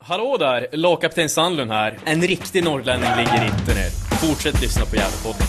Hallå där, lagkapten Sandlund här. En riktig norrlänning ligger inte ner. Fortsätt lyssna på Gävlepodden.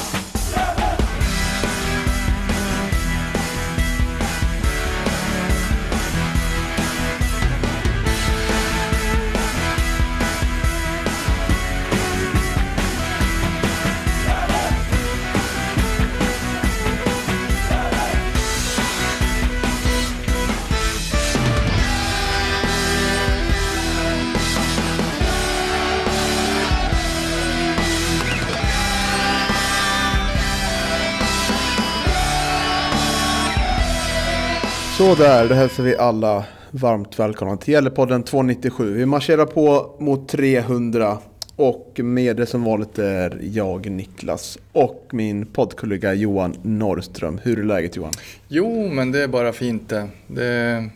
Så där, då hälsar vi alla varmt välkomna till Gävlepodden 297. Vi marscherar på mot 300 och med det som vanligt är jag, Niklas, och min poddkollega Johan Norrström. Hur är läget, Johan? Jo, men det är bara fint det. Det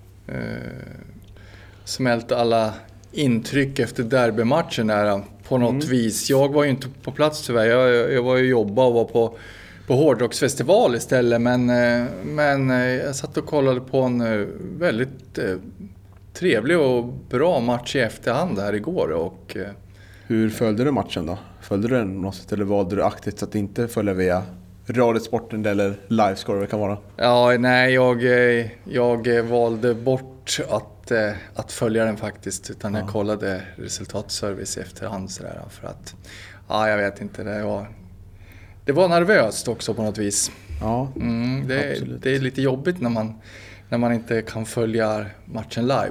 smält alla intryck efter derbymatchen här på något vis. Jag var ju inte på plats tyvärr. Jag var ju jobba och var på hårdrocksfestival istället, men jag satt och kollade på en väldigt trevlig och bra match i efterhand här igår. Och hur följde du matchen då? Följde du den något sätt eller valde du aktivt att inte följa via Radiosporten eller livescore det kan vara? Ja, nej, jag valde bort att följa den faktiskt, utan jag kollade resultatservice i efterhand sådär, för att jag vet inte, det var nervöst också på något vis. Ja, det är lite jobbigt när man inte kan följa matchen live.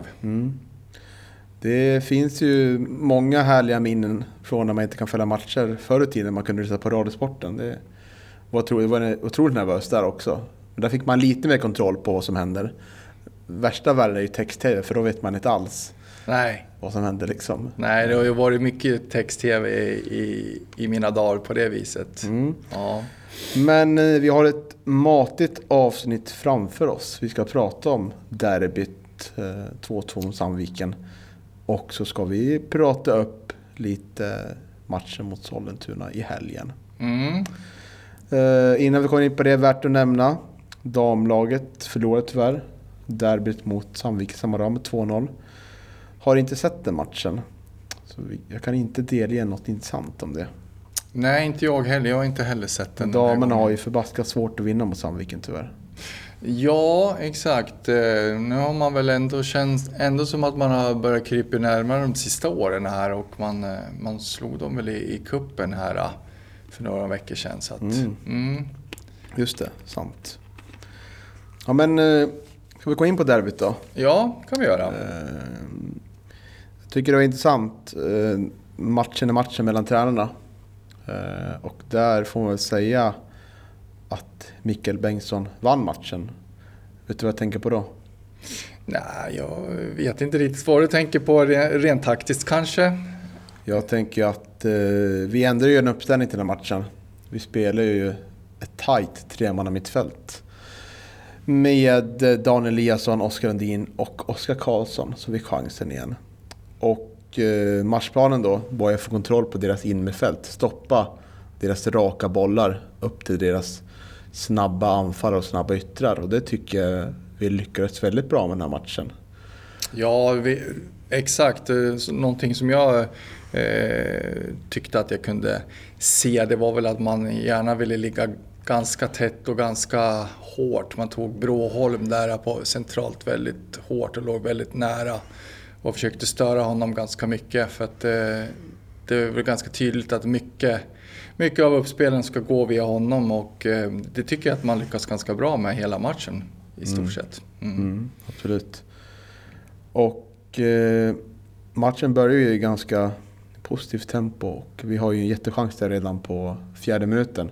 Det finns ju många härliga minnen från när man inte kan följa matcher förr i tiden. Man kunde lyssna på Radiosporten. Det var otroligt nervöst där också. Men där fick man lite mer kontroll på vad som händer. Värsta världen är ju text-tv, för då vet man inte alls vad som händer liksom. Nej, det har ju varit mycket text-tv i mina dagar på det viset. Ja. Men vi har ett matigt avsnitt framför oss. Vi ska prata om derbyt 2-2 mot Sandviken. Och så ska vi prata upp lite matchen mot Sollentuna i helgen. Innan vi kommer in på det är värt att nämna damlaget förlorade tyvärr derbyt mot Sandviken Samara med 2-0. Har inte sett den matchen. Så jag kan inte delge något intressant om det. Nej, inte jag heller. Jag har inte heller sett den. Damerna har ju förbaskat svårt att vinna mot Sandviken tyvärr. Ja, exakt. Nu har man väl ändå som att man har börjat krypa närmare de sista åren här, och man slog dem väl i kuppen här för några veckor sedan. Så att, Just det, sant. Ja, men ska vi gå in på derbyt då? Ja, kan vi göra. Jag tycker det var intressant. Matchen mellan tränarna. Och där får man väl säga att Mikael Bengtsson vann matchen. Vet du vad jag tänker på då? Nej, jag vet inte riktigt vad du tänker på rent taktiskt kanske. Jag tänker att vi ändrar ju en uppställning till den här matchen. Vi spelar ju ett tajt tremanna mittfält. Med Daniel Eliasson, Oskar Lundin och Oskar Karlsson, så vi chansen igen. Och matchplanen då var att få kontroll på deras innerfält. Stoppa deras raka bollar upp till deras snabba anfall och snabba yttrar. Och det tycker jag vi lyckades väldigt bra med den här matchen. Ja, exakt. Någonting som jag tyckte att jag kunde se, det var väl att man gärna ville ligga ganska tätt och ganska hårt. Man tog Bråholm där på centralt väldigt hårt och låg väldigt nära och försökte störa honom ganska mycket, för att det är väl ganska tydligt att mycket av uppspelen ska gå via honom, och det tycker jag att man lyckas ganska bra med hela matchen i stort sett. Absolut. Och matchen börjar ju i ganska positivt tempo, och vi har ju en jättechans där redan på 4:e minuten.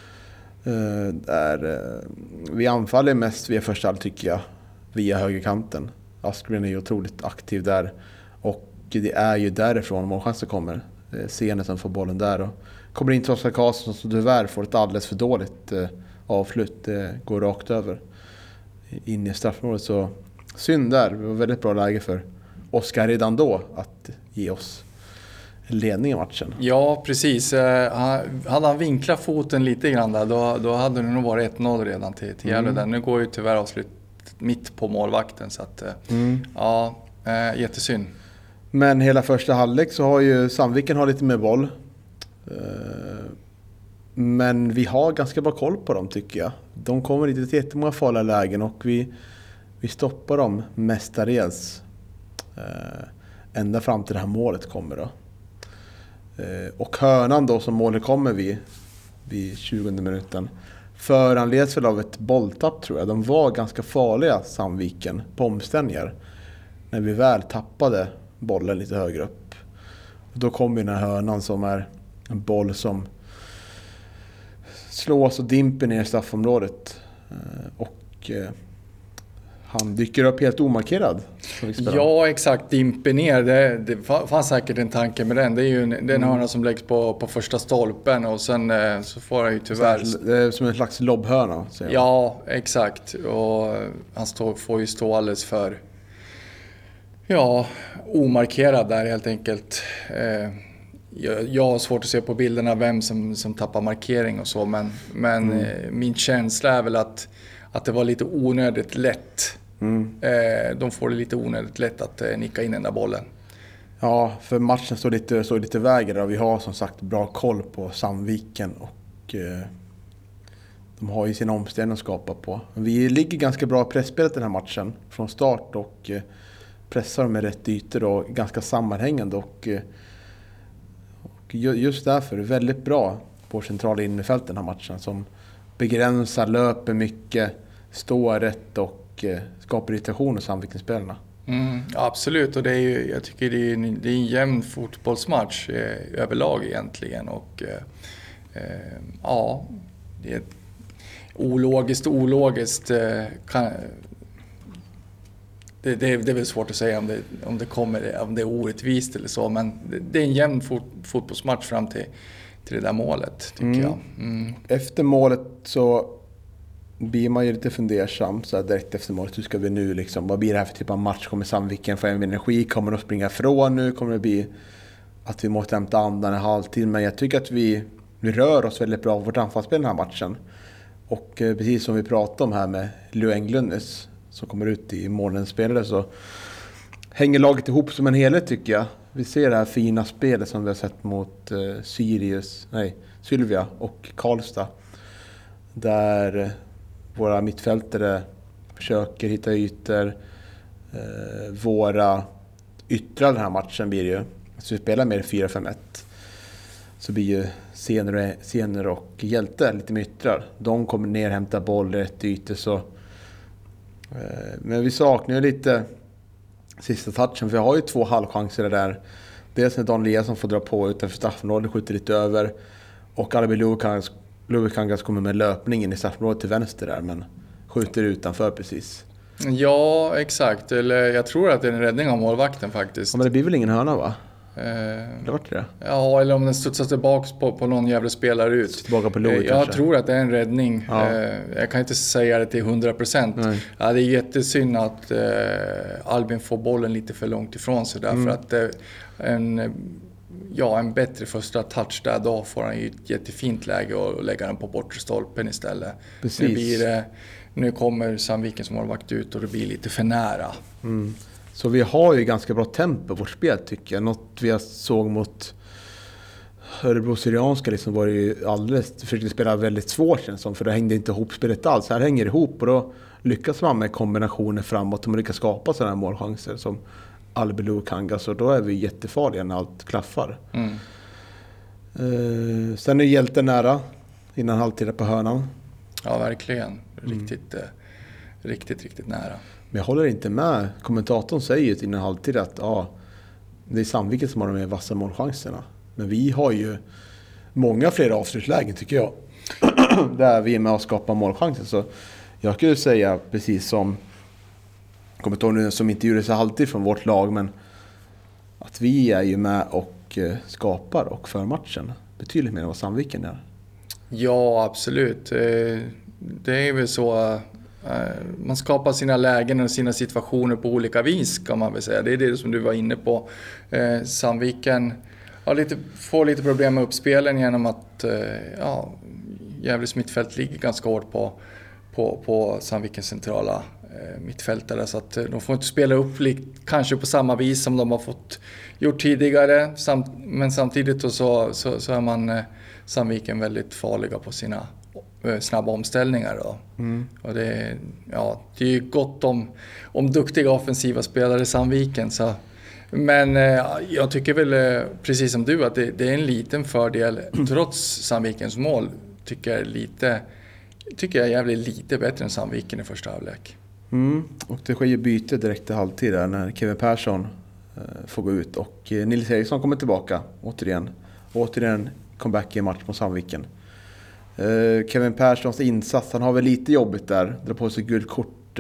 Där vi anfaller mest via första halv, tycker jag, via högerkanten. Askren är ju otroligt aktiv där, och det är ju därifrån målchansen kommer. Scenen som får bollen där och kommer in till Oskar Karlsson, som tyvärr får ett alldeles för dåligt avslut. Det går rakt över in i straffområdet, så synd där. Det var väldigt bra läge för Oskar redan då att ge oss ledning i matchen. Ja, precis. Hade han vinklat foten lite grann där, då hade det nog varit 1-0 redan till Gävle. Nu går ju tyvärr avslut mitt på målvakten, så att jättesynd. Men hela första halvlek så har ju Sandviken har lite mer boll. Men vi har ganska bra koll på dem tycker jag. De kommer inte till jättemånga farliga lägen och vi stoppar dem mestadels. Ända fram till det här målet kommer då. Och hörnan då som målet kommer vid 20 minuten föranleds väl av ett bolltapp tror jag. De var ganska farliga Sandviken på omställningar när vi väl tappade bollen lite högre upp. Då kommer den här hörnan som är en boll som slås och dimper ner i straffområdet. Och han dyker upp helt omarkerad. Ja, exakt. Dimper ner. Det fanns säkert en tanke med den. Det är ju den hörna som läggs på första stolpen och sen så får han ju tyvärr... Det är som en slags lobbhörna. Ja, exakt. Och han får ju stå alldeles för omarkerad där helt enkelt. Jag har svårt att se på bilderna vem som tappar markering och så, men min känsla är väl att det var lite onödigt lätt. De får det lite onödigt lätt att nicka in den där bollen. Ja, för matchen står lite vägre och vi har som sagt bra koll på Sandviken och de har ju sin omställning att skapa på. Vi ligger ganska bra i pressspelet den här matchen från start och pressar dem med rätt ytor och ganska sammanhängande och just därför är det väldigt bra på centrala innerfältet den här matchen som begränsar, löper mycket, står rätt och skapar irritation hos Sandviken-spelarna. Absolut, och det är ju, jag tycker det är en jämn fotbollsmatch överlag egentligen och det är ologiskt. Det är väl svårt att säga om det är orättvist eller så, men det är en jämn fotbollsmatch fram till det där målet tycker jag. Efter målet så blir man ju lite fundersam så här direkt efter målet. Hur ska vi nu liksom, vad blir det här för typ av match? Kommer Sandviken få en energi? Kommer de springa ifrån nu? Kommer det bli att vi måste hämta andan en halvtid? Men jag tycker att vi rör oss väldigt bra på vårt anfallsspel den här matchen. Och precis som vi pratade om här med Leo Englundes som kommer ut i målens spelare så hänger laget ihop som en helhet tycker jag. Vi ser det här fina spelet som vi har sett mot Sylvia och Karlstad. Där våra mittfältare försöker hitta ytor. Våra yttrar den här matchen blir ju, så vi spelar med 4-5-1. Så blir ju Senor och Hjälte lite med yttrar. De kommer ner och hämtar boll rätt ytor så. Men vi saknar ju lite sista touchen för vi har ju 2 halvchanser där. Dels när Dan Eliasson får dra på utanför straffområdet, skjuter lite över och Albin Luvikangas kommer med löpningen i straffområdet till vänster där men skjuter utanför precis. Ja, exakt. Eller jag tror att det är en räddning av målvakten faktiskt. Ja, men det blir väl ingen hörna va? Det var det. Ja, eller om den studsar tillbaka på någon jävla spelare ut. Tillbaka på Lovi jag kanske. Tror att det är en räddning. Ja. Jag kan inte säga det till 100%. Ja, det är jättesynd att Albin får bollen lite för långt ifrån sig därför att en bättre första touch där, då får han ju ett jättefint läge och lägga den på bortre stolpen istället. Precis. Nu kommer Sandviken som har varit ut och det blir lite för nära. Så vi har ju ganska bra tempo på vårt spel tycker jag. Något vi såg mot Örebro Syrianska liksom var det ju försökte spela väldigt svårt som, för det hängde inte ihop spelet alls. Här hänger det ihop och då lyckas man med kombinationer framåt och man lyckas skapa sådana här målchanser som Albin Luvikangas, så då är vi jättefarliga när allt klaffar. Sen är Hjälten nära innan halvtid på hörnan. Ja, verkligen. Riktigt nära. Men jag håller inte med. Kommentatorn säger ju innan halvtid att det är Sandviken som har de mer vassa målchanserna. Men vi har ju många fler avslutslägen tycker jag. Där vi är med och skapar målchanser. Så jag skulle säga precis som kommentatorn som inte gjorde så alltid från vårt lag, men att vi är ju med och skapar och för matchen betydligt mer än vad Sandviken är. Ja, absolut. Det är väl så. Man skapar sina lägen och sina situationer på olika vis kan man väl säga. Det är det som du var inne på. Sandviken får lite problem med uppspelen genom att Gävles mittfält ligger ganska hårt på Sandvikens centrala mittfältare, så att de får inte spela upp kanske på samma vis som de har fått gjort tidigare, men samtidigt då så är man Sandviken väldigt farliga på sina snabba omställningar då. Och det är ju gott om duktiga offensiva spelare i Sandviken, så. Men jag tycker väl precis som du att det är en liten fördel trots Sandvikens mål, tycker jag är jävligt lite bättre än Sandviken i första halvlek. Och det sker ju byte direkt i halvtid där när Kevin Persson får gå ut och Nils Eriksson kommer tillbaka återigen comeback i match mot Sandviken. Kevin Perssons insats, han har väl lite jobbigt där, drar på sig gult kort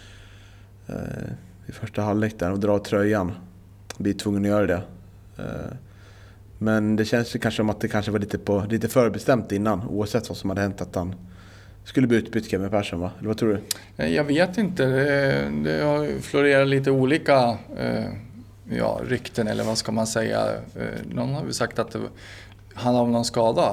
i första halvlek där och drar tröjan, blir tvungen att göra det. Men det känns ju kanske som att det kanske var lite förbestämt innan, oavsett vad som hade hänt, att han skulle bli utbytt Kevin Persson, va? Eller vad tror du? Jag vet inte. Det har florerat lite olika rykten, eller vad ska man säga. Någon har ju sagt att han har någon skada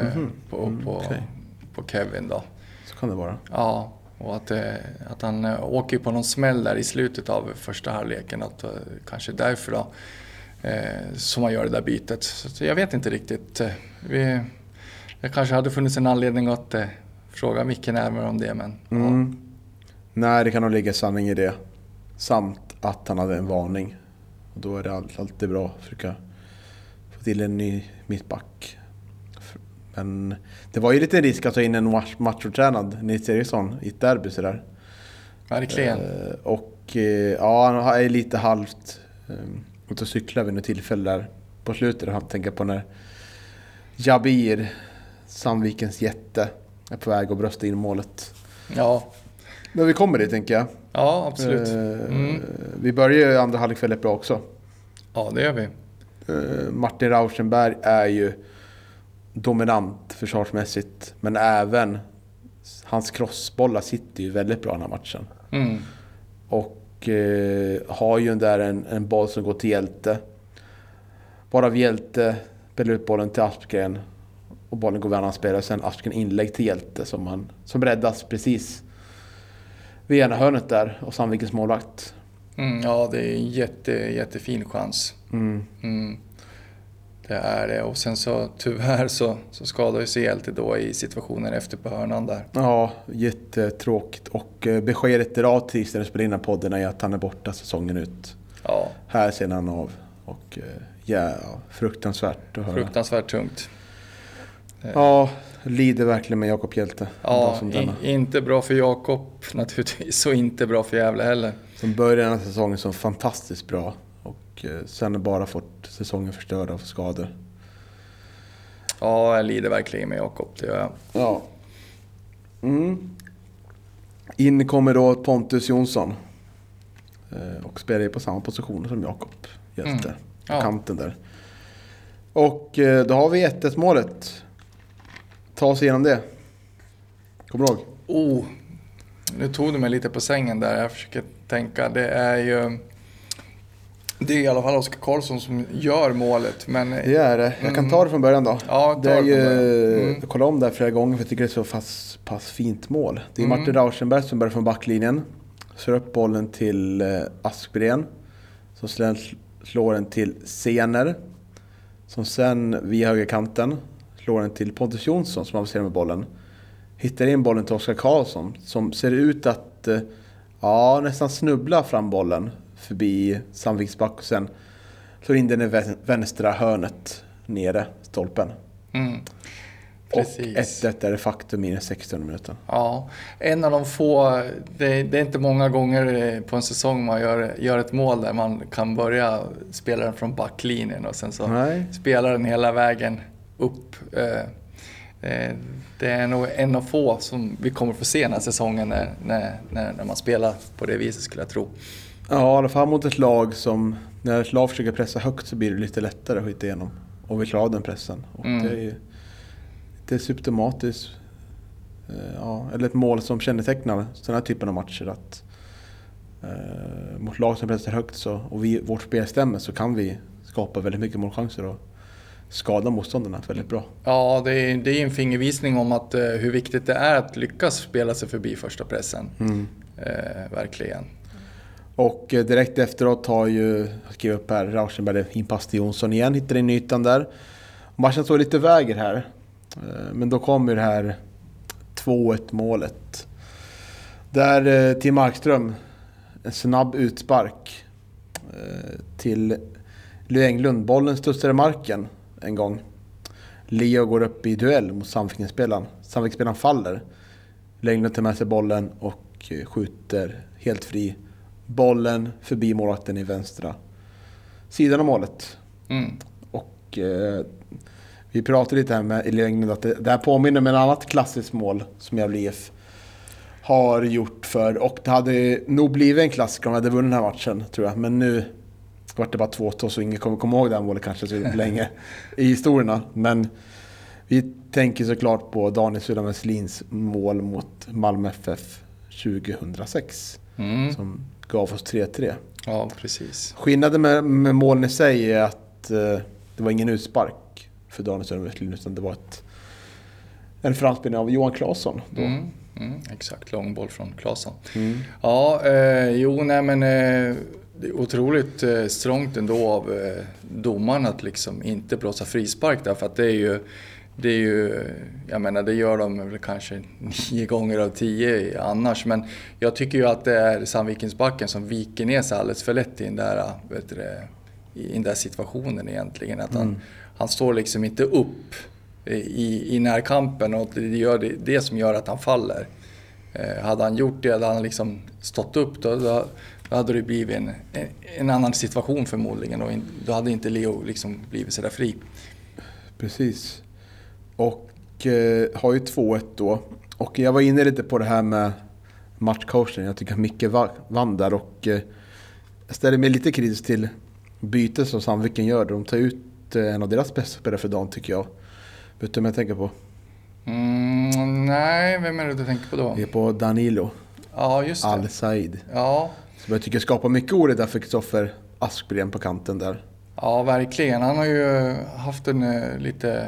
på Kevin då. Så kan det vara. Ja, och att han åker på någon smäll där i slutet av första halvleken. Att kanske därför då som man gör det där bytet. Så jag vet inte riktigt. Det kanske hade funnits en anledning att fråga Micke närmare om det, men ja. Nej, det kan nog ligga sanning i det. Samt att han hade en varning. Och då är det alltid bra att försöka få till en ny mittback. Men det var ju lite risk att ta in en matchtränad Nils Eriksson i ett derby sådär. Verkligen. Han är lite halvt ute och cyklar vid något tillfälle där på slutet. Han tänker på när Jabir, Sandvikens jätte, är på väg att brösta in målet. Ja. Men vi kommer dit, tänker jag. Ja, absolut. Vi börjar ju andra halvlek väldigt bra också. Ja, det gör vi. Martin Rauschenberg är ju dominant försvarsmässigt, men även hans crossbollar sitter ju väldigt bra i den här matchen. Och har ju där en boll som går till Hjälte. Bara Hjälte spelar ut bollen till Aspgren och bollen går vid annan spelare, och sen Aspgren inlägg till Hjälte som räddas precis vid ena hörnet där och Sandvikens målvakt. Ja, det är en jättefin chans. Det är det. Och sen så tyvärr så skadar ju sig Hjälte då i situationen efter på hörnan där. Ja, jättetråkigt. Och beskedet idag tills när du spelar in podden är att han är borta säsongen ut. Ja. Här ser han av. Och fruktansvärt att höra. Fruktansvärt tungt. Ja, lider verkligen med Jakob Hjälte. Ja, inte bra för Jakob naturligtvis, och inte bra för Gävle heller. Som började den här säsongen som fantastiskt bra. Och sen har bara fått säsongen förstörd av skador. Ja, jag lider verkligen med Jakob, det gör jag. Ja. In kommer då Pontus Jonsson. Och spelar på samma position som Jakob Hjälte. På kanten där. Och då har vi 1-1 målet. Ta oss igenom det. Kommer du ihåg? Nu tog du mig lite på sängen där. Jag försöker tänka. Det är i alla fall Oskar Karlsson som gör målet. Men det är det. Jag kan ta det från början då. Ja, det är ju, jag kollar om det flera gånger för jag tycker det är så pass fint mål. Det är Martin Rauschenberg som börjar från backlinjen. Slår upp bollen till Aspgren. Så slår den till Sener. Som sen via högerkanten slår den till Pontus Jonsson som avancerar med bollen. Hittar in bollen till Oskar Karlsson som ser ut att nästan snubbla fram bollen förbi Sandviksback och sen slår in den i vänstra hörnet nere stolpen. Precis. Och 1-1 är det faktum i den 16 minuten. Ja, en av de få, det är inte många gånger på en säsong man gör ett mål där man kan börja spela den från backlinjen och sen så spelar den hela vägen upp. Det är nog en av få som vi kommer få se den här säsongen när man spelar på det viset, skulle jag tro. Ja, i alla fall mot ett lag som, när ett lag försöker pressa högt så blir det lite lättare att hitta igenom. Och vi klarar den pressen. Och det är symptomatiskt. Eller ett mål som kännetecknar den här typen av matcher. Att mot lag som pressar högt och vårt spel stämmer så kan vi skapa väldigt mycket målchanser och skada motståndarna väldigt bra. Ja, det är en fingervisning om att hur viktigt det är att lyckas spela sig förbi första pressen. verkligen. Och direkt efteråt har jag skrivit upp här, Rauschenberg inpass till Jonsson igen, hittar in ytan där. Matchen står lite väger här. Men då kommer det här 2-1 målet. Där till Markström, en snabb utspark till Leo Englund. Bollen studsar i marken en gång. Leo går upp i duell mot Sandviken-spelaren. Sandviken-spelaren faller. Leo Englund tar med sig bollen och skjuter helt fri. Bollen förbi målvakten i vänstra sidan av målet. Och vi pratade lite här med Leo Englund att det här påminner om en annat klassiskt mål som Gävle IF har gjort för. Och det hade nog blivit en klassiker om jag hade vunnit den här matchen, tror jag. Men nu var det bara 2-2 så ingen kommer komma ihåg det här målet kanske så länge i historierna. Men vi tänker såklart på Daniel Sulan Westlins mål mot Malmö FF 2006 som gav oss 3-3. Ja, precis. Skillnaden med målen i sig är att det var ingen utspark för Daniel Sulan Westlin utan det var en framspelning av Johan Claesson då. Exakt, långboll från Claesson. Ja, det är otroligt strångt ändå av domaren att liksom inte blåsa frispark därför att det är ju, jag menar det gör de väl kanske 9 gånger av 10 annars, men jag tycker ju att det är Sandvikensbacken som viker ner sig alldeles för lätt i den där situationen egentligen, att han står liksom inte upp i närkampen och det gör det som gör att han faller. Hade han gjort det, hade han liksom stått upp då hade det blivit en annan situation förmodligen och då hade inte Leo liksom blivit så där fri. Precis. Och har ju 2-1 då. Och jag var inne lite på det här med matchcoachen. Jag tycker att Micke vann där och jag ställer mig lite kritisk till bytet som Sandviken gör. De tar ut en av deras bästa spelare för dagen tycker jag. Vet du vad jag tänker på? Nej, vem är det du tänker på då? Det är på Danilo. Ja, just det. Al-Said. Ja. Så jag tycker skapar mycket ord där för Kristoffer Aspgren på kanten där. Ja, verkligen. Han har ju haft en lite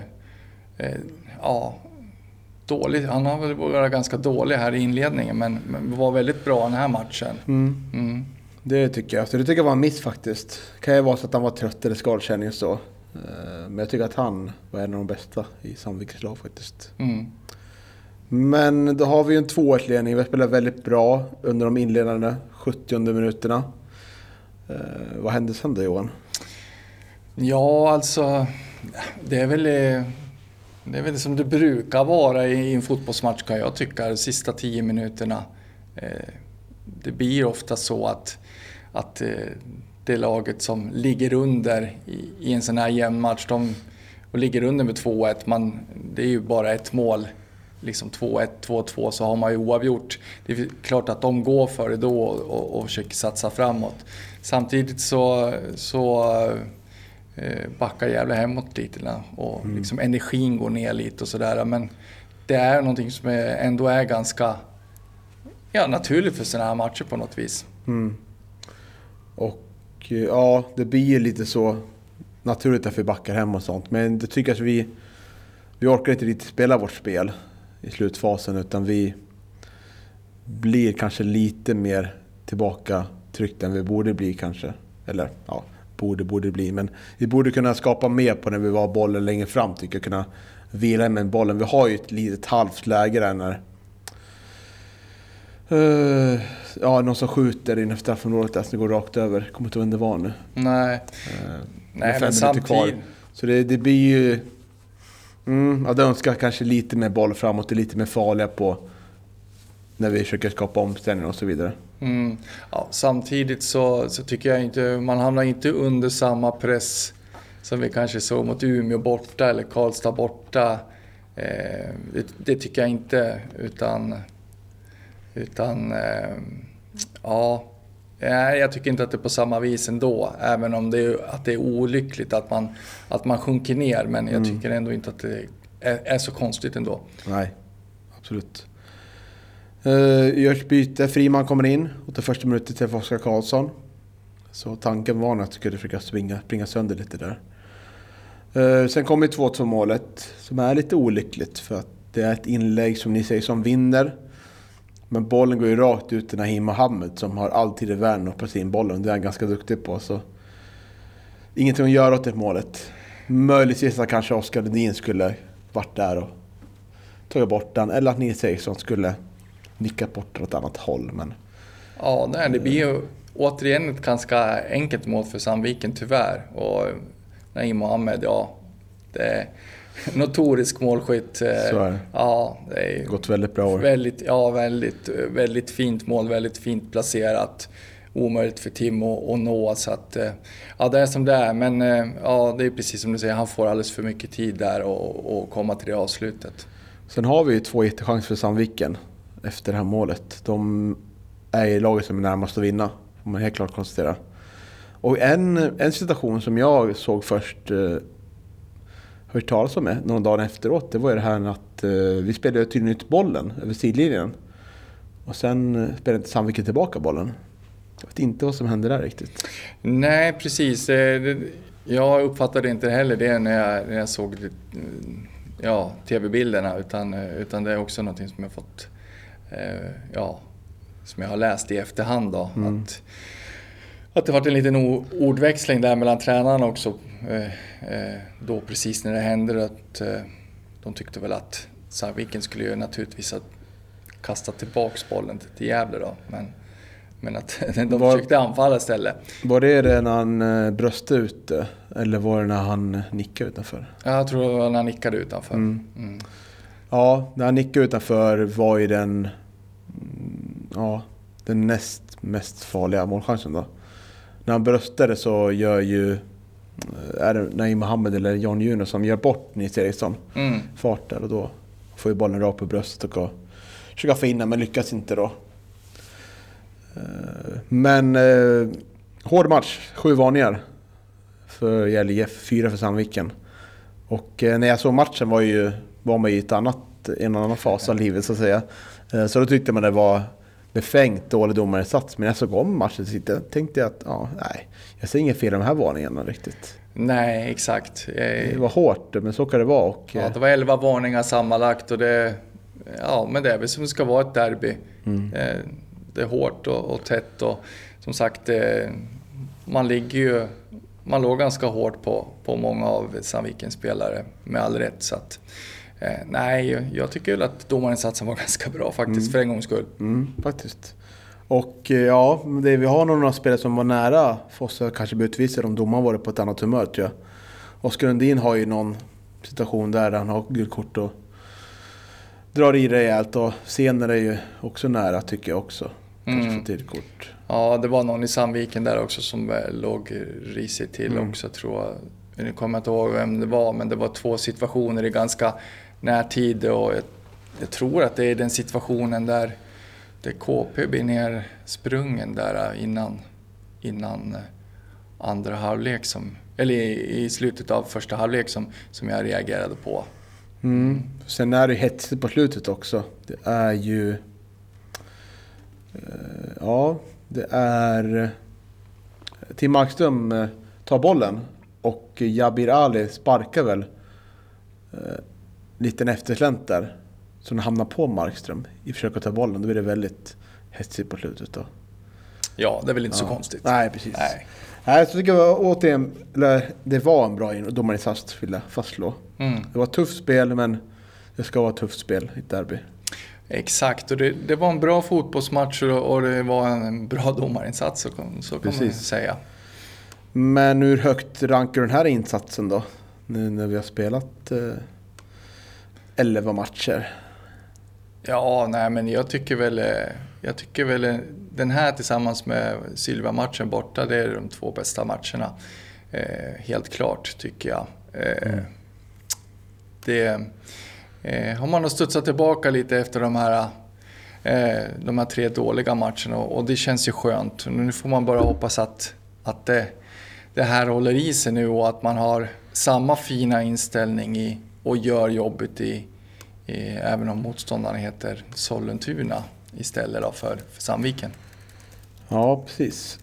dålig. Han har väl varit ganska dålig här i inledningen men var väldigt bra den här matchen. Det tycker jag. Så det tycker jag var en miss faktiskt. Det kan ju vara så att han var trött eller skadkänning och så. Men jag tycker att han var en av de bästa i Sandvikens lag faktiskt. Men då har vi ju en 2-1-ledning. Vi spelar väldigt bra under de inledande 70 minuterna. Vad hände sen då, Johan? Ja, alltså det är väl som det brukar vara i en fotbollsmatch kan jag tycka. De sista 10 minuterna. Det blir ofta så att det laget som ligger under i en sån här jämn match, och ligger under med 2-1, det är ju bara ett mål, liksom 2-1, 2-2 så har man ju oavgjort. Det är klart att de går för det då och försöker satsa framåt. Samtidigt så backar Gävle hemåt lite och liksom energin går ner lite och sådär, men det är någonting som ändå är ganska naturligt för såna här matcher på något vis. Och ja, det blir lite så naturligt att vi backar hem och sånt. Men det tycker jag att vi orkar inte riktigt spela vårt spel i slutfasen utan vi blir kanske lite mer tillbaka tryckt än vi borde bli kanske. Eller ja, borde bli. Men vi borde kunna skapa mer på när vi var bollen längre fram tycker jag. Kunna vila med bollen. Vi har ju ett litet halvt läge där när någon som skjuter in efter straffområdet som går rakt över. Kommer inte under var nu. Nej, men samtidigt. Så det blir ju jag önskar kanske lite mer boll framåt och lite mer farliga på när vi försöker skapa omställningar och så vidare. Ja, samtidigt så tycker jag inte man hamnar inte under samma press som vi kanske såg mot Umeå borta eller Karlstad borta. Det tycker jag inte utan jag tycker inte att det är på samma vis ändå, även om det är olyckligt att man sjunker ner, men jag tycker ändå inte att det är så konstigt ändå. Nej, absolut. Görs byte, Friman kommer in och tar första minuten till Oskar Karlsson. Så tanken var att jag skulle försöka springa sönder lite där. Sen kommer 2-2 målet som är lite olyckligt för att det är ett inlägg som ni säger som vinner. Men bollen går ju rakt ut till Nahim Mohammed som har alltid i världen att pressa in bollen. Det är han ganska duktig på. Så ingenting att göra åt det målet. Möjligtvis att kanske Oskar Lundin skulle varit där och tagit bort den. Eller att Nils Eriksson skulle nicka bort den åt ett annat håll. Men Ja, nej, det blir ju återigen ett ganska enkelt mål för Sandviken tyvärr. Och Nahim Mohammed, ja, det är notorisk målskytt. Så är det. Ja, det är gått väldigt bra år. Väldigt fint mål, väldigt fint placerat. Omöjligt för Tim att nå, så att ja, det är som det är. Men ja, det är precis som du säger, han får alldeles för mycket tid där och komma till det avslutet. Sen har vi ju 2 jättechanser för Sandviken efter det här målet. De är i laget som är närmast att vinna, får man helt klart konstatera. Och en situation som jag såg först hört talas om någon dag efteråt, det var ju det här att vi spelade tydligen ut bollen över sidlinjen. Och sen spelade inte Sandviken tillbaka bollen. Jag vet inte vad som hände där riktigt. Nej, precis. Jag uppfattade inte heller det när jag såg tv-bilderna, utan det är också någonting som jag fått som jag har läst i efterhand då, att det varit en liten ordväxling där mellan tränarna också då precis när det hände, att de tyckte väl att Sandviken skulle ju naturligtvis ha kastat tillbaks bollen till Gävle då, men att de försökte anfalla istället. Var det när han bröste ut eller var det när han nickade utanför? Jag tror det var när han nickade utanför. Ja, när han nickade utanför var ju den näst mest farliga målchansen då. När han bröstade så gör ju är det Nahim Mohammed eller Jan Juno som gör bort Nils Eriksson fart där, och då får ju bollen rakt på bröstet och försöka få in den, men lyckas inte då. Men hård match, 7 varningar för Gävle IF, 4 för Sandviken. Och när jag såg matchen var man i en annan fas av livet så att säga. Så då tyckte man det var befängt dålig domarinsats. Men jag såg om matchen så tänkte jag att jag ser inget fel i de här varningarna riktigt. Nej, exakt. Det var hårt, men så kan det vara. Och det var 11 varningar sammanlagt, och men det är väl som det ska vara ett derby. Det är hårt och tätt, och som sagt man låg ganska hårt på många av Sandvikens spelare med all rätt, så att jag tycker väl att domarinsatsen var ganska bra faktiskt för en gångs skull. Faktiskt. Och vi har några spelare som var nära för oss att kanske bli utvisade om domaren var på ett annat humör, tror jag. Oskar Lundin har ju någon situation där han har gulkort och drar i rejält, och senare är ju också nära, tycker jag också. Kanske få till kort. Ja, det var någon i Sandviken där också som låg risigt till också, tror jag. Nu kommer jag inte ihåg vem det var, men det var 2 situationer i ganska närtid, och jag tror att det är den situationen där KP blir ner sprungen där innan andra halvlek, eller i slutet av första halvlek som jag reagerade på. Sen är det hetsigt på slutet också. Det är ju det är Tim Markström tar bollen och Jabir Ali sparkar väl liten efterslänt där, så den hamnar på Markström i försök att ta bollen. Då blir det väldigt hetsigt på slutet då. Ja, det är väl inte så konstigt. Nej, precis. Nej, så tycker jag återigen, det var en bra domarinsats, vill jag fastslå. Det var ett tufft spel, men det ska vara ett tufft spel i ett derby. Exakt, och det var en bra fotbollsmatch, och det var en bra domarinsats, så kan man säga. Men hur högt rankar den här insatsen då? Nu när vi har spelat 11 matcher. Ja, men jag tycker väl den här tillsammans med Sylva-matchen borta, det är de 2 bästa matcherna. Helt klart, tycker jag. Har man studsat tillbaka lite efter de här 3 dåliga matcherna, och det känns ju skönt. Nu får man bara hoppas att det här håller i sig nu, och att man har samma fina inställning och gör jobbet även om motståndaren heter Sollentuna istället då för Sandviken. Ja, precis.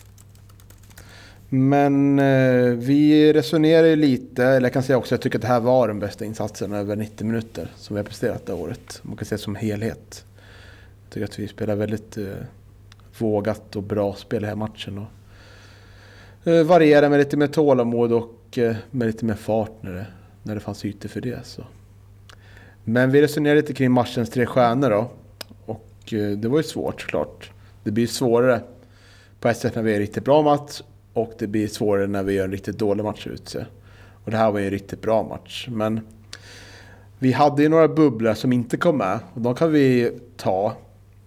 Men vi resonerar ju lite, eller jag kan säga också att jag tycker att det här var den bästa insatsen över 90 minuter som vi har presterat det året. Man kan säga som helhet. tycker att vi spelar väldigt vågat och bra spel i den här matchen. Och varierar med lite mer tålamod och med lite mer fart när det fanns ytor för det. Så. Men vi resonerar lite kring matchens 3 stjärnor då. Och det var ju svårt såklart. Det blir svårare på ett sätt när vi är en riktigt bra match. Och det blir svårare när vi gör en riktigt dålig match ut sig. Och det här var ju en riktigt bra match. Men vi hade ju några bubblor som inte kom med. Och de kan vi ta.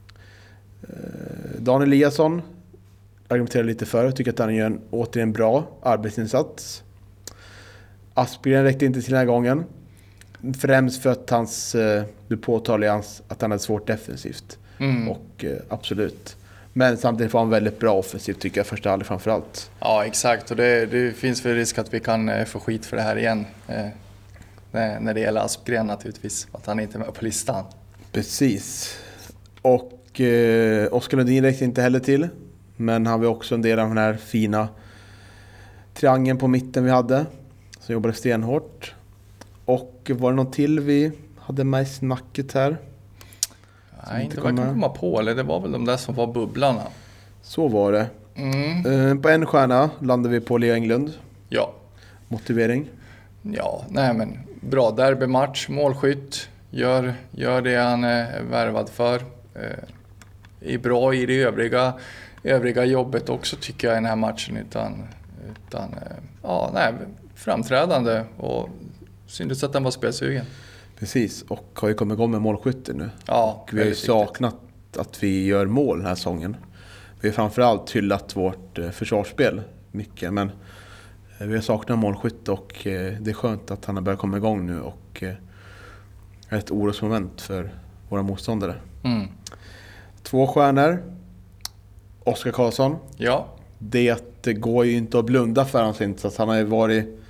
Daniel Eliasson argumenterar lite för. Jag tycker att han gör återigen bra arbetsinsats. Aspgren räckte inte till den här gången. Främst för att du påtalar att han är svårt defensivt. Och absolut. Men samtidigt var han väldigt bra offensivt tycker jag första halvlek framförallt. Ja, exakt. Och det finns väl risk att vi kan få skit för det här igen. När det gäller Aspgren naturligtvis. Att han inte är med på listan. Precis. Och Oskar Lundin räckte inte heller till. Men han var också en del av den här fina triangeln på mitten vi hade. Som jobbade stenhårt. Och var det någon till vi hade med i snacket här? Nej, inte vad jag kan komma på. Eller det var väl de där som var bubblarna. Så var det. På en stjärna landade vi på Leo Englund. Ja. Motivering? Ja, nej men bra derbymatch, målskytt. Gör det han är värvad för. Är bra i det övriga jobbet också tycker jag i den här matchen. Framträdande och syntes att den var spelsugen. Precis, och har ju kommit igång med målskytte nu. Ja, och vi har ju saknat att vi gör mål den här säsongen. Vi har framförallt hyllat vårt försvarsspel mycket, men vi har saknat målskytte och det är skönt att han har börjat komma igång nu och är ett orosmoment för våra motståndare. 2 stjärnor. Oskar Karlsson. Ja. Det går ju inte att blunda för hans insats. Han har ju varit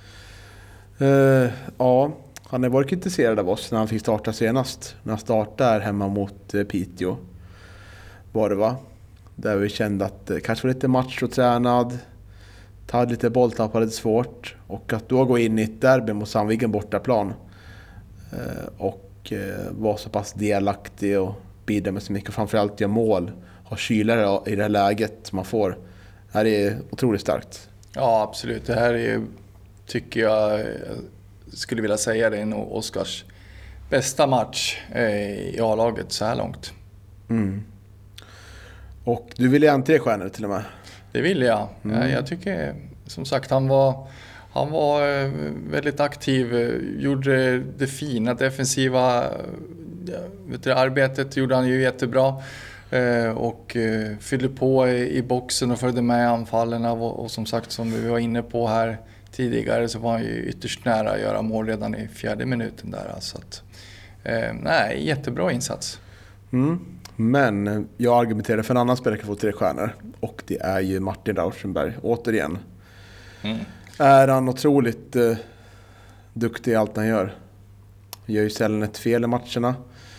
han har varit kritiserad av oss när han fick starta senast. När han startade hemma mot Piteå. Var det va? Där vi kände att det kanske var lite machotränad. Hade lite bolltapp, hade lite svårt. Och att då gå in i ett derby mot Sandviken bortaplan. Och vara så pass delaktig och bidra med så mycket. Framförallt göra mål. Ha kylare i det här läget som man får. Det här är otroligt starkt. Ja, absolut. Det här är, tycker jag skulle vilja säga, det är nog Oskars bästa match i A-laget så här långt. Och du vill ge han 3 stjärnor till och med? Det vill jag. Jag tycker som sagt han var väldigt aktiv, gjorde det fina defensiva arbetet gjorde han ju jättebra. Och fyllde på i boxen och följde med anfallen och som sagt, som vi var inne på här tidigare, så var han ju ytterst nära att göra mål redan i 4:e minuten där. Så att, jättebra insats. Men jag argumenterar för en annan spelare kan få 3 stjärnor och det är ju Martin Rauschenberg återigen. Är han otroligt duktig i allt han gör. Gör ju sällan ett fel i matcherna.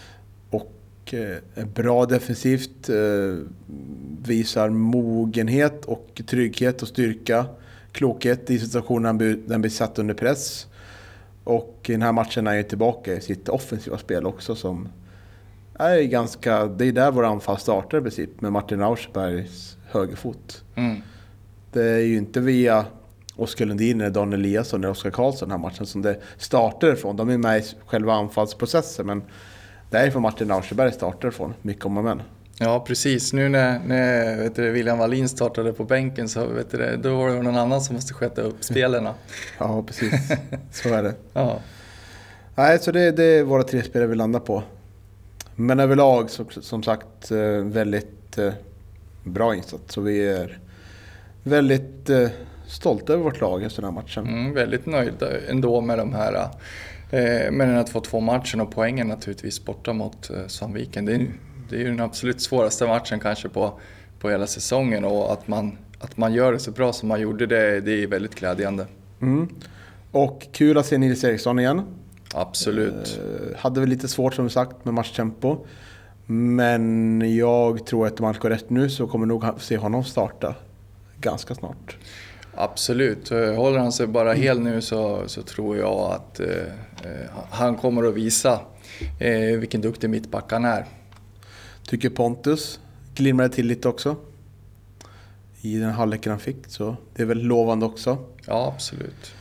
Bra defensivt, visar mogenhet och trygghet och styrka, klokhet i situationen den blir satt under press. Och i den här matchen är jag tillbaka i sitt offensiva spel också som är ganska, det är där vår anfall startar i princip med Martin Rauschbergs högerfot. Det är ju inte via Oskar Lundin eller Daniel Eliasson eller Oskar Karlsson den här matchen som det startar ifrån. De är med i själva anfallsprocessen, men därifrån Martin Rauschberg startar från, mycket om och men. Ja, precis. Nu när William Wallin startade på bänken så då var det någon annan som måste sköta upp spelarna. Ja, precis. Så är det. Ja. Nej, så det är våra 3 spelare vi landar på. Men överlag som sagt väldigt bra insats. Så vi är väldigt stolta över vårt lag efter den här matchen. Väldigt nöjd ändå med de här med den här 2-2 matchen och poängen naturligtvis borta mot Sandviken. Det är ju den absolut svåraste matchen kanske på hela säsongen, och att man gör det så bra som man gjorde det är väldigt glädjande. Och kul att se Nils Eriksson igen. Absolut. Hade väl lite svårt som sagt med matchtempo. Men jag tror att om allt går rätt nu så kommer nog se honom starta ganska snart. Absolut. Håller han sig bara hel nu så tror jag att han kommer att visa vilken duktig mittback han är. Tycker Pontus glimrade till lite också i den halvleken han fick, så det är väl lovande också. Ja, absolut.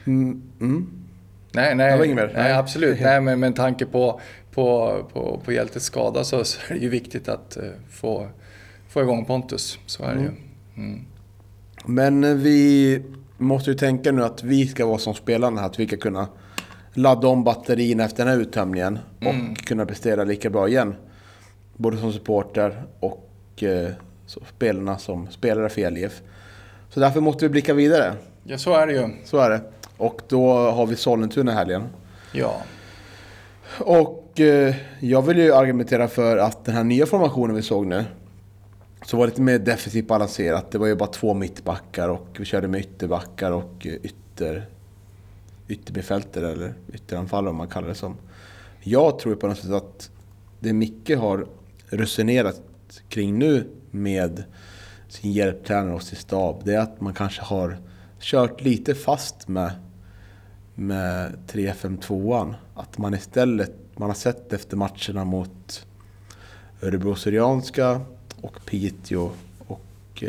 Det var inget mer. Nej, absolut. Nej, men med tanke på Hjältes skada så är det ju viktigt att få igång Pontus. Så är det ju. Men vi måste ju tänka nu att vi ska vara som spelarna här, att vi ska kunna ladda om batterierna efter den här uttömningen och kunna prestera lika bra igen. Både som supporter och spelarna som spelare för LIF. Så därför måste vi blicka vidare. Ja, så är det ju. Så är det. Och då har vi Sollentuna helgen. Ja. Och jag vill ju argumentera för att den här nya formationen vi såg nu, så var det lite mer defensivt balanserat. Det var ju bara 2 mittbackar och vi körde med ytterbackar och ytterbefältare eller ytteranfallare om man kallar det som. Jag tror på något sätt att det Micke har resonerat kring nu med sin hjälptränare och sin stab, det är att man kanske har kört lite fast med 3-5-2an. Att man istället, man har sett efter matcherna mot Örebro Syrianska och Piteå och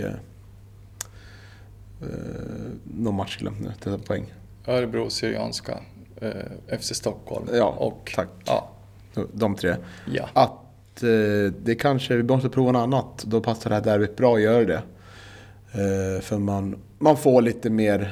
någon match glömt nu, det är poäng. Örebro Syrianska, FC Stockholm. Ja, och tack. Ja. De 3. Ja. Att det kanske, vi måste prova något annat. Då passar det här derbyt bra att göra det. För man får lite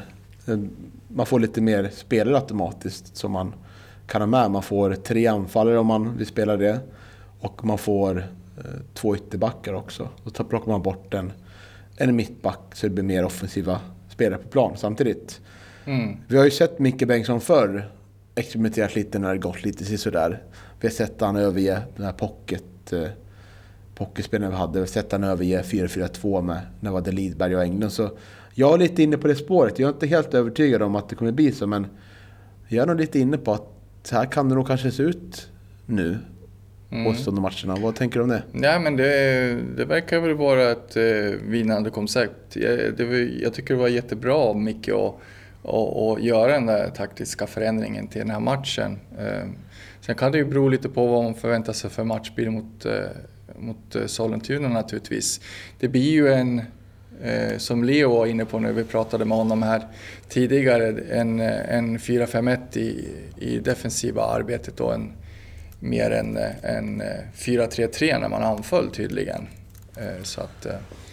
mer spelare automatiskt som man kan ha med. Man får 3 anfallare om man vill spela det. Och man får 2 ytterbackar också. Då plockar man bort en mittback så det blir mer offensiva spelare på plan samtidigt. Vi har ju sett Micke Bengtsson förr experimenterat lite när det gått lite sådär. Vi har sett han överge den här pocketspelen vi hade. Vi har sett han överge 4-4-2 med när det var det Lidberg och Englund. Så jag är lite inne på det spåret. Jag är inte helt övertygad om att det kommer bli så, men jag är nog lite inne på att så här kan det nog kanske se ut nu. Och sådana matcherna. Vad tänker du om det? Ja, men det verkar väl vara ett vinnande koncept. Jag tycker det var jättebra av Micke att göra den där taktiska förändringen till den här matchen. Sen kan det ju bero lite på vad man förväntar sig för matchbild mot Sollentuna naturligtvis. Det blir ju som Leo var inne på när vi pratade med honom här tidigare, en 4-5-1 i defensiva arbetet och mer än en 4-3-3 när man anföll tydligen. Så att...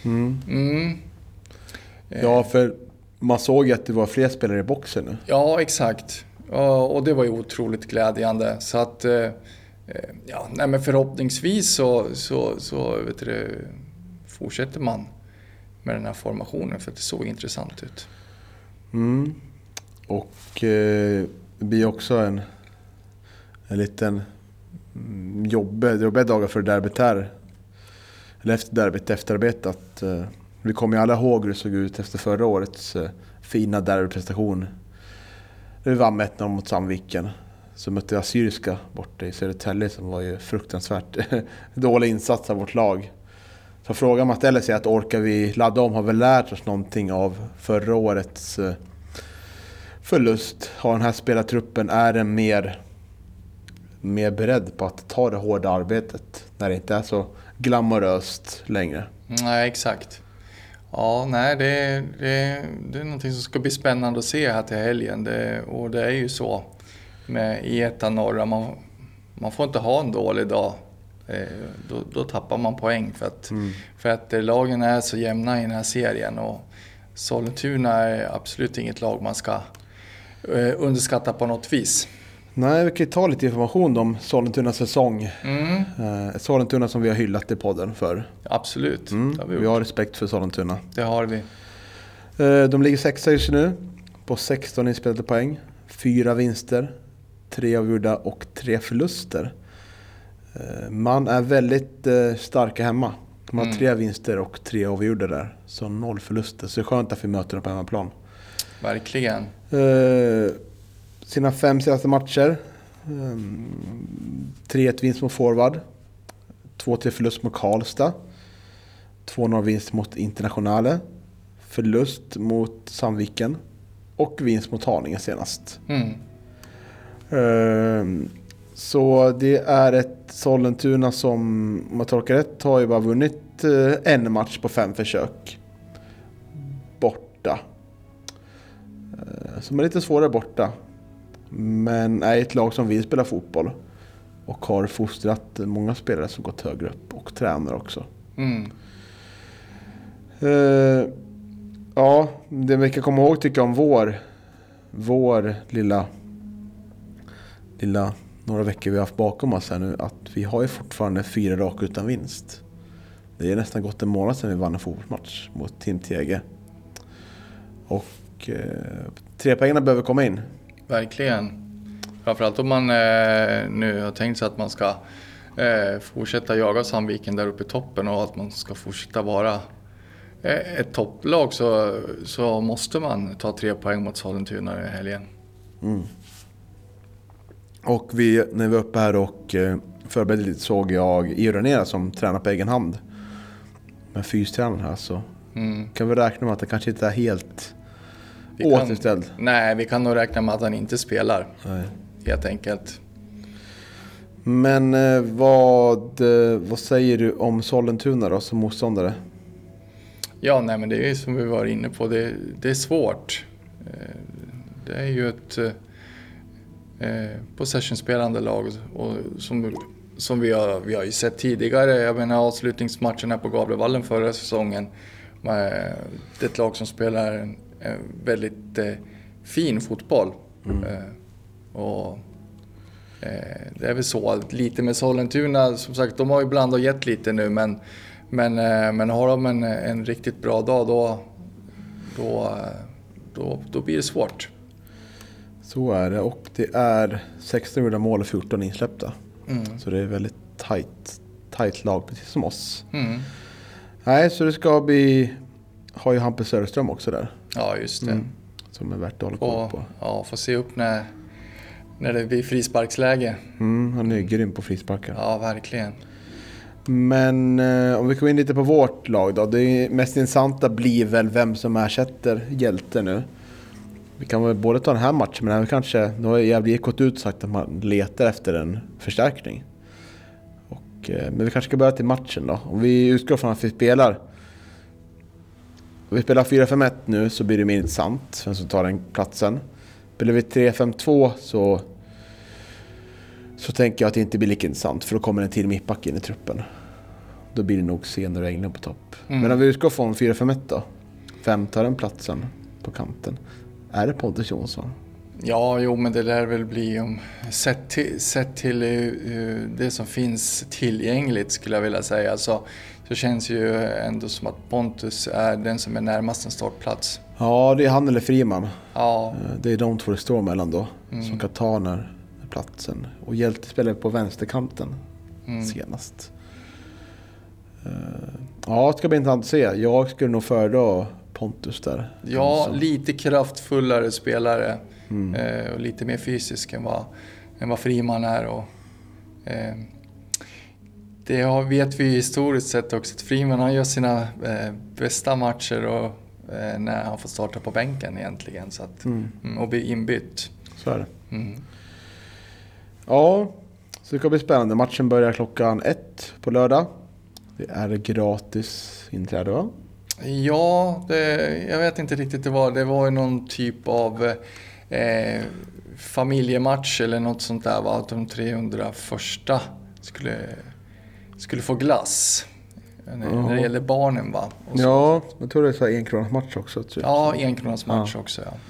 Ja, för man såg ju att det var fler spelare i boxen nu. Ja, exakt. Och det var ju otroligt glädjande. Så att... men förhoppningsvis så vet du, fortsätter man med den här formationen, för att det såg intressant ut. Och det blir också en liten jobbiga dagar för derbyt här. Eller efter derbyt, efterarbetat. Vi kommer ju alla ihåg hur det såg ut efter förra årets fina derbyprestation. Vi vann 1-0 mot Sandviken. Så mötte Assyriska borta i Södertälje som var ju fruktansvärt dålig insats av vårt lag. Så frågan man ställer sig är att orkar vi ladda om? Har vi lärt oss någonting av förra årets förlust? Har den här spelartruppen, är den mer beredd på att ta det hårda arbetet när det inte är så glamoröst längre? Nej, exakt. Ja, nej, det är någonting som ska bli spännande att se här till helgen. Och det är ju så med i ettan norra, man får inte ha en dålig dag. Då tappar man poäng för att lagen är så jämna i den här serien, och Sollentuna är absolut inget lag man ska underskatta på något vis. Nej, vi kan ju ta lite information om Sollentunas säsong. Sollentuna som vi har hyllat i podden för. Absolut. Vi har respekt för Sollentuna. Det har vi. De ligger 6 just nu på 16 inspelade poäng. 4 vinster, 3 avgjorda och 3 förluster. Man är väldigt starka hemma. De har 3 vinster och 3 avgjorda där. Så 0 förluster. Så det är skönt att vi möter dem på hemmaplan. Verkligen. Sina 5 senaste matcher. 3-1 vinst mot Forward. 2-3 förlust mot Karlstad. 2-0 vinst mot Internationale. Förlust mot Sandviken. Och vinst mot Haninge senast. Så det är ett Sollentuna som, om jag tolkar rätt, har ju bara vunnit en match på 5 försök. Borta. Som är lite svårare borta. Men är ett lag som vill spela fotboll. Och har fostrat många spelare som gått högre upp. Och tränare också. Ja, det vi kan komma ihåg tycker jag om vår lilla några veckor vi har haft bakom oss här nu, att vi har ju fortfarande 4 raka utan vinst. Det är nästan gått en månad sedan vi vann en fotbollsmatch mot Team Tege. Och 3 pengarna behöver komma in. Verkligen. Framförallt om man nu har tänkt sig att man ska fortsätta jaga Sandviken där uppe i toppen och att man ska fortsätta vara ett topplag, så måste man ta 3 poäng mot Sollentuna i helgen. Och när vi var uppe här och förberedde lite såg jag Ironera som tränar på egen hand. Med fystränaren här så kan vi räkna med att det kanske inte är helt återställd. Nej, vi kan nog räkna med att han inte spelar. Nej. Helt enkelt. Men vad säger du om Sollentuna då som motståndare? Ja, nej, men det är ju som vi var inne på. Det är svårt. Det är ju ett possession-spelande lag och som vi har ju sett tidigare. Jag menar avslutningsmatchen här på Gavlevallen förra säsongen. Det är ett lag som spelar en väldigt fin fotboll. Och det är väl så lite med Sollentuna, som sagt, de har ju bland och gett lite nu, men har de en riktigt bra dag då blir det svårt. Så är det, och det är 16 gjorda mål och 14 insläppta. Så det är väldigt tight lag, precis som oss. Nej, så det ska bli, har ju Hampus Söderström också där. Ja, just det. Som är värt att hålla koll på. Ja, får se upp när det blir frisparksläge. Han är grym på frisparkar. Ja, verkligen. Men om vi kommer in lite på vårt lag då. Det mest intressanta blir väl vem som ersätter Hjälte nu. Vi kan väl både ta den här matchen, men kanske, då har Gävle gått ut och sagt att man letar efter en förstärkning. Men vi kanske ska börja till matchen då. Om vi utgår från att vi spelar 4-5-1 nu, så blir det mer intressant vem som tar den platsen. Spelar vi 3-5-2 så tänker jag att det inte blir lika intressant, för då kommer en till mittback in i truppen. Då blir det nog Senare och Englund på topp. Men om vi utgår från 4-5-1 då, 5 tar den platsen på kanten. Är det Pontus Jonsson? Ja, jo, men det lär väl bli sett till det som finns tillgängligt, skulle jag vilja säga. Så känns ju ändå som att Pontus är den som är närmast en startplats. Ja, det är han eller Friman. Ja. Det är de två det står mellan då, som kan ta den här platsen. Och Hjälte spelar på vänsterkanten senast. Ja, det ska bli intressant att se. Jag skulle nog föredra Pontus där. Ja, lite kraftfullare spelare och lite mer fysisk än vad Friman är. Och, det vet vi historiskt sett också, att Friman, han gör sina bästa matcher och när han får starta på bänken egentligen, så att, och bli inbytt. Så är det. Ja, så det ska bli spännande. Matchen börjar 1 på lördag. Det är gratis inträde, va? Ja, jag vet inte riktigt det var ju någon typ av familjematch eller något sånt där, va? Att de 300 första skulle få glass när det gäller barnen, va? Och ja, jag tror det är så 1 kronas match också. Typ. Ja, 1 kronas match också, ja.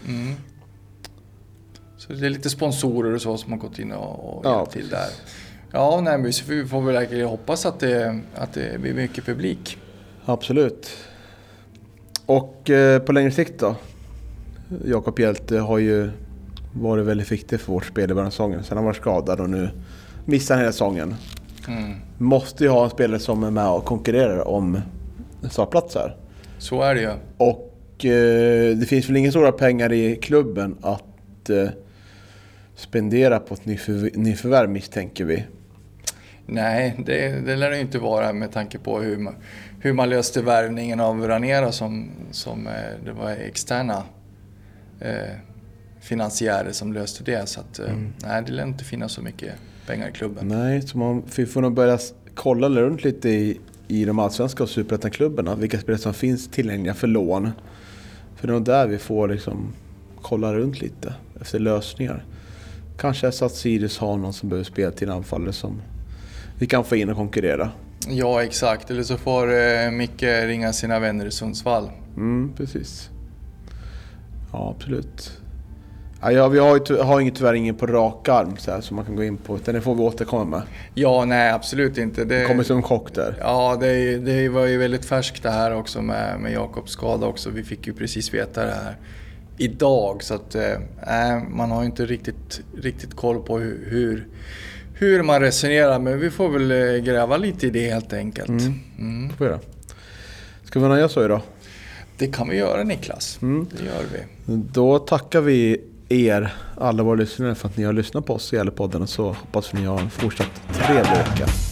Så det är lite sponsorer och så som har gått in och hjälpt till där. Ja, nej, men vi får väl verkligen hoppas att det blir mycket publik. Absolut. Och på längre sikt då? Jakob Hjälte har ju varit väldigt viktig för vårt spel i början av säsongen. Sen har han varit skadad och nu missar han hela säsongen. Måste ju ha en spelare som är med och konkurrerar om startplatser. Så är det ju. Och det finns väl inga stora pengar i klubben att spendera på ett nyförvärv, misstänker vi. Nej, det lär det inte vara med tanke på hur man löste värvningen av Ranera som det var externa finansiärer som löste det. Så att, nej, det lär inte finnas så mycket pengar i klubben. Nej, så vi får nog börja kolla runt lite i de allsvenska och superettan-klubbarna. Vilka spelare som finns tillgängliga för lån. För det är nog där vi får liksom kolla runt lite efter lösningar. Kanske är så att Sirius har någon som behöver spela till anfallare som vi kan få in och konkurrera. Ja, exakt. Eller så får Micke ringa sina vänner i Sundsvall. Precis. Ja, absolut. Ja, vi har tyvärr ingen på rak arm så här, som man kan gå in på. Utan det får vi återkomma med. Ja, nej, absolut inte. Det kommer som en chock där. Ja, det var ju väldigt färskt det här också med Jakobs skada också. Vi fick ju precis veta det här idag. Så att man har ju inte riktigt koll på hur man resonerar. Men vi får väl gräva lite i det helt enkelt. Får vi göra. Ska vi nöja så idag? Det kan vi göra, Niklas. Det gör vi. Då tackar vi er, alla våra lyssnare, för att ni har lyssnat på oss i Gävlepodden, och så hoppas vi ni har en fortsatt trevlig vecka.